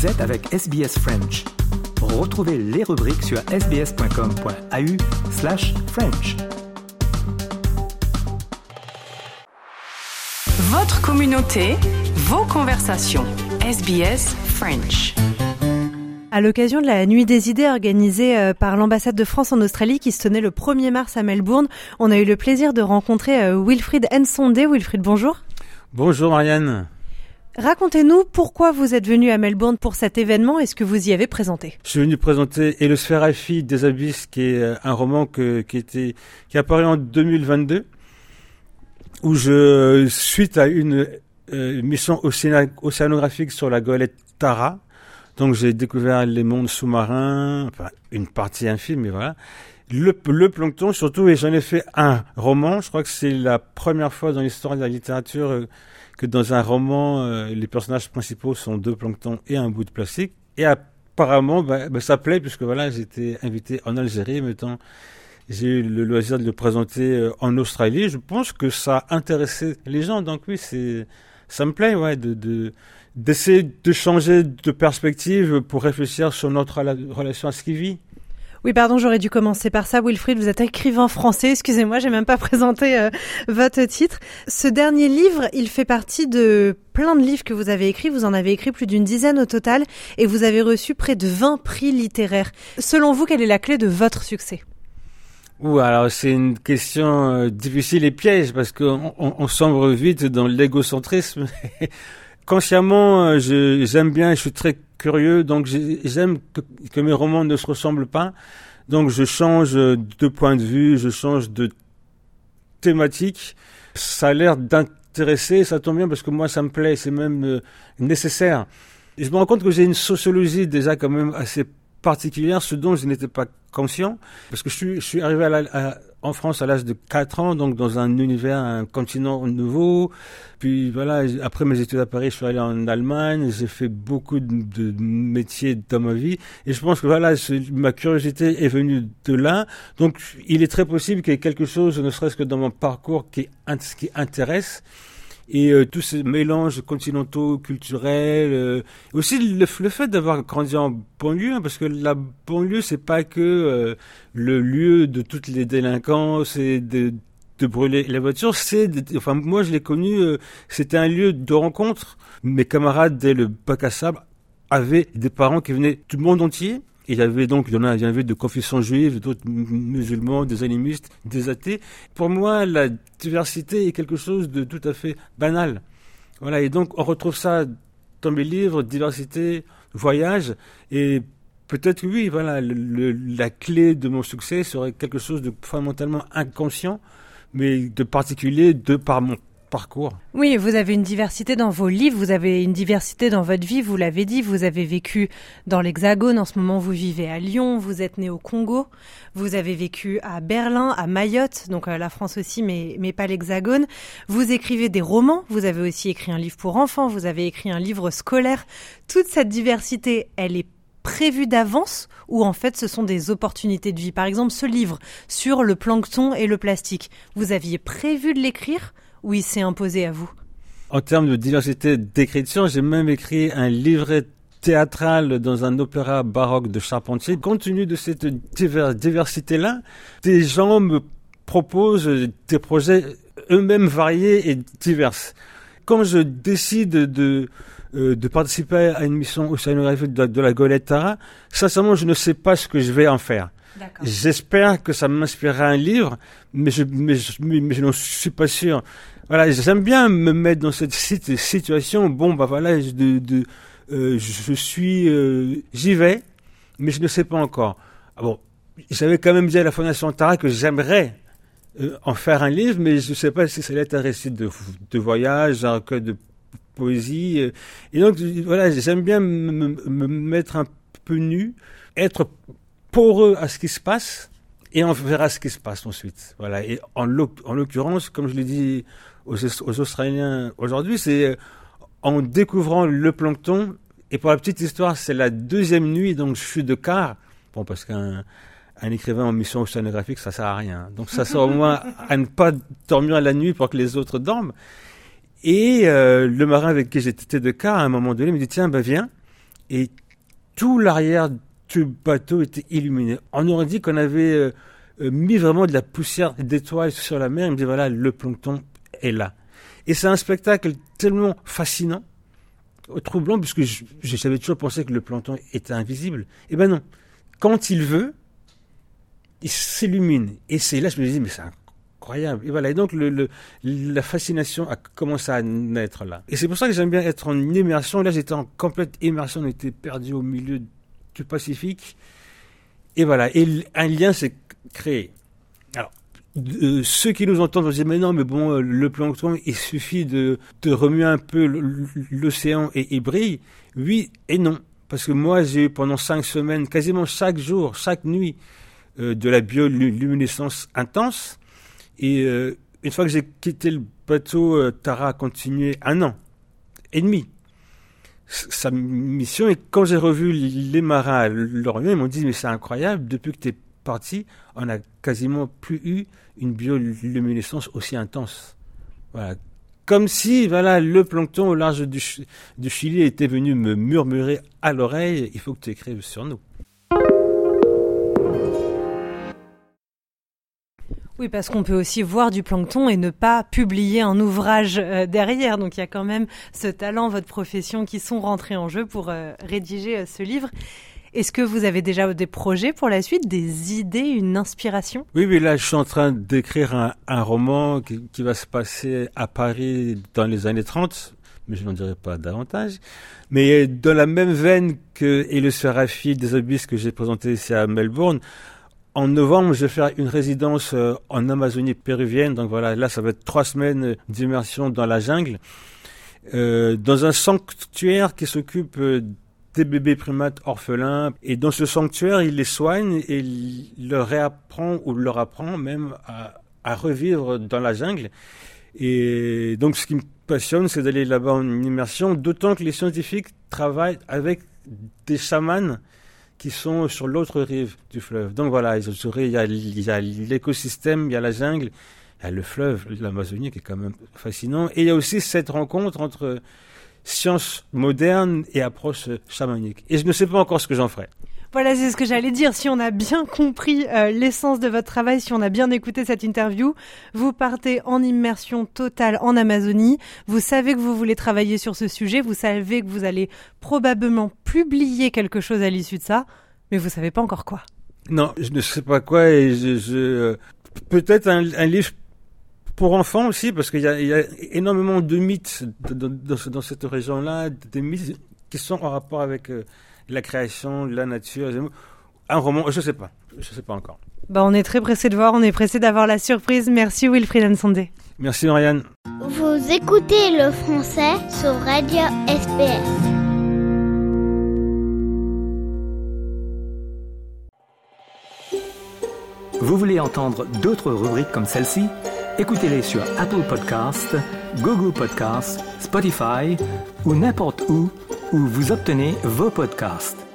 Vous êtes avec SBS French. Retrouvez les rubriques sur sbs.com.au/French. Votre communauté, vos conversations. SBS French. À l'occasion de la Nuit des idées organisée par l'ambassade de France en Australie qui se tenait le 1er mars à Melbourne, on a eu le plaisir de rencontrer Wilfried Nsonde. Wilfried, bonjour. Bonjour Marianne. Racontez-nous pourquoi vous êtes venu à Melbourne pour cet événement et ce que vous y avez présenté. Je suis venu présenter Hélosphère des Abysses, qui est un roman qui est apparu en 2022, où suite à une mission océanographique sur la goélette Tara, donc j'ai découvert les mondes sous-marins, enfin une partie infime, mais voilà. Le plancton surtout, et j'en ai fait un roman. Je crois que c'est la première fois dans l'histoire de la littérature que dans un roman, les personnages principaux sont deux planctons et un bout de plastique. Et apparemment, ça plaît, puisque voilà, j'étais invité en Algérie, maintenant j'ai eu le loisir de le présenter en Australie. Je pense que ça a intéressé les gens, donc oui, ça me plaît, ouais, d'essayer de changer de perspective pour réfléchir sur notre relation à ce qui vit. Oui, pardon, j'aurais dû commencer par ça. Wilfried, vous êtes écrivain français. Excusez-moi, j'ai même pas présenté votre titre. Ce dernier livre, il fait partie de plein de livres que vous avez écrits. Vous en avez écrit plus d'une dizaine au total et vous avez reçu près de 20 prix littéraires. Selon vous, quelle est la clé de votre succès ? Alors c'est une question difficile et piège parce qu'on sombre vite dans l'égocentrisme. Consciemment, j'aime bien, je suis très curieux, donc j'aime que mes romans ne se ressemblent pas. Donc je change de point de vue, je change de thématique. Ça a l'air d'intéresser, ça tombe bien parce que moi ça me plaît, c'est même nécessaire. Et je me rends compte que j'ai une sociologie déjà quand même assez particulière, ce dont je n'étais pas conscient, parce que je suis arrivé en France à l'âge de 4 ans, donc dans un univers, un continent nouveau. Puis voilà, après mes études à Paris, je suis allé en Allemagne, j'ai fait beaucoup de métiers dans ma vie, et je pense que voilà, ma curiosité est venue de là. Donc il est très possible qu'il y ait quelque chose, ne serait-ce que dans mon parcours, qui intéresse. Et tous ces mélanges continentaux, culturels, aussi le fait d'avoir grandi en banlieue, parce que la banlieue c'est pas que le lieu de toutes les délinquances et de brûler les voitures, enfin moi je l'ai connu, c'était un lieu de rencontre. Mes camarades dès le bac à sable avaient des parents qui venaient du monde entier. Il y avait de confession juive, d'autres musulmans, des animistes, des athées. Pour moi, la diversité est quelque chose de tout à fait banal. Voilà, et donc on retrouve ça dans mes livres, diversité, voyage, et peut-être que oui, voilà, la clé de mon succès serait quelque chose de fondamentalement inconscient, mais de particulier de par mon parcours. Oui, vous avez une diversité dans vos livres, vous avez une diversité dans votre vie, vous l'avez dit, vous avez vécu dans l'Hexagone, en ce moment vous vivez à Lyon, vous êtes né au Congo, vous avez vécu à Berlin, à Mayotte, donc la France aussi, mais pas l'Hexagone. Vous écrivez des romans, vous avez aussi écrit un livre pour enfants, vous avez écrit un livre scolaire. Toute cette diversité, elle est prévue d'avance ou en fait ce sont des opportunités de vie ? Par exemple, ce livre sur le plancton et le plastique, vous aviez prévu de l'écrire ? Ou il s'est imposé à vous ? En termes de diversité d'écriture, j'ai même écrit un livret théâtral dans un opéra baroque de Charpentier. Compte tenu de cette diversité-là, des gens me proposent des projets eux-mêmes variés et divers. Quand je décide de participer à une mission océanographique de la goélette Tara, sincèrement, je ne sais pas ce que je vais en faire. D'accord. J'espère que ça m'inspirera un livre, mais je n'en suis pas sûr. Voilà, j'aime bien me mettre dans cette situation. Bon, voilà, j'y vais, mais je ne sais pas encore. J'avais quand même dit à la Fondation Tara que j'aimerais en faire un livre, mais je ne sais pas si ça allait être un récit de voyage, un recueil de poésie. Et donc, voilà, j'aime bien me mettre un peu nu, être poreux à ce qui se passe, et on verra ce qui se passe ensuite. Voilà. Et en l'occurrence, comme je l'ai dit aux Australiens aujourd'hui, c'est en découvrant le plancton, et pour la petite histoire, c'est la deuxième nuit, donc je suis de quart. Bon, parce qu'un écrivain en mission océanographique, ça sert à rien. Donc ça sert au moins à ne pas dormir la nuit pour que les autres dorment. Et le marin avec qui j'étais de quart, à un moment donné, me dit, tiens, viens. et tout l'arrière du bateau était illuminé. On aurait dit qu'on avait mis vraiment de la poussière d'étoiles sur la mer. Il me dit voilà, le plancton est là. Et c'est un spectacle tellement fascinant, troublant, puisque j'avais toujours pensé que le plancton était invisible. Eh ben non. Quand il veut, il s'illumine. Et c'est là que je me dis, mais c'est incroyable. Et voilà. Et donc, la fascination a commencé à naître là. Et c'est pour ça que j'aime bien être en immersion. Là, j'étais en complète immersion. On était perdu au milieu du Pacifique. Et voilà. Et un lien s'est créé. Alors, ceux qui nous entendent vont dire, mais non, mais bon, le plancton, il suffit de remuer un peu l'océan et il brille. Oui et non. Parce que moi, j'ai eu pendant 5 semaines, quasiment chaque jour, chaque nuit, de la bioluminescence intense. Et une fois que j'ai quitté le bateau, Tara a continué 1 an et demi sa mission. Et quand j'ai revu les marins à Lorient, ils m'ont dit, mais c'est incroyable, depuis que tu es parti, on n'a quasiment plus eu une bioluminescence aussi intense. Voilà. Comme si, voilà, le plancton au large du Chili était venu me murmurer à l'oreille, il faut que tu écrives sur nous. Oui, parce qu'on peut aussi voir du plancton et ne pas publier un ouvrage derrière. Donc il y a quand même ce talent, votre profession qui sont rentrés en jeu pour rédiger ce livre. Est-ce que vous avez déjà des projets pour la suite, des idées, une inspiration ? Oui, là, je suis en train d'écrire un roman qui va se passer à Paris dans les années 30, mais je n'en dirai pas davantage. Mais dans la même veine que Et le Séraphi des Abysses que j'ai présenté ici à Melbourne, en novembre, je vais faire une résidence en Amazonie péruvienne. Donc voilà, là, ça va être 3 semaines d'immersion dans la jungle, dans un sanctuaire qui s'occupe des bébés primates orphelins. Et dans ce sanctuaire, il les soigne et il leur apprend même à revivre dans la jungle. Et donc, ce qui me passionne, c'est d'aller là-bas en immersion, d'autant que les scientifiques travaillent avec des chamans qui sont sur l'autre rive du fleuve. Donc voilà, il y a l'écosystème, il y a la jungle, il y a le fleuve, l'Amazonie qui est quand même fascinant. Et il y a aussi cette rencontre entre science moderne et approche chamanique. Et je ne sais pas encore ce que j'en ferai. Voilà, c'est ce que j'allais dire. Si on a bien compris l'essence de votre travail, si on a bien écouté cette interview, vous partez en immersion totale en Amazonie. Vous savez que vous voulez travailler sur ce sujet. Vous savez que vous allez probablement publier quelque chose à l'issue de ça, mais vous savez pas encore quoi. Non, je ne sais pas quoi. Et peut-être un livre pour enfants aussi, parce qu'il y a énormément de mythes dans cette région-là, des mythes qui sont en rapport avec la création, la nature, un roman, je sais pas encore. On est très pressé de voir, on est pressé d'avoir la surprise. Merci Wilfried Nsondé. Merci Marianne. Vous écoutez le français sur Radio SBS. Vous voulez entendre d'autres rubriques comme celle-ci ? Écoutez-les sur Apple Podcasts, Google Podcasts, Spotify ou n'importe où vous obtenez vos podcasts.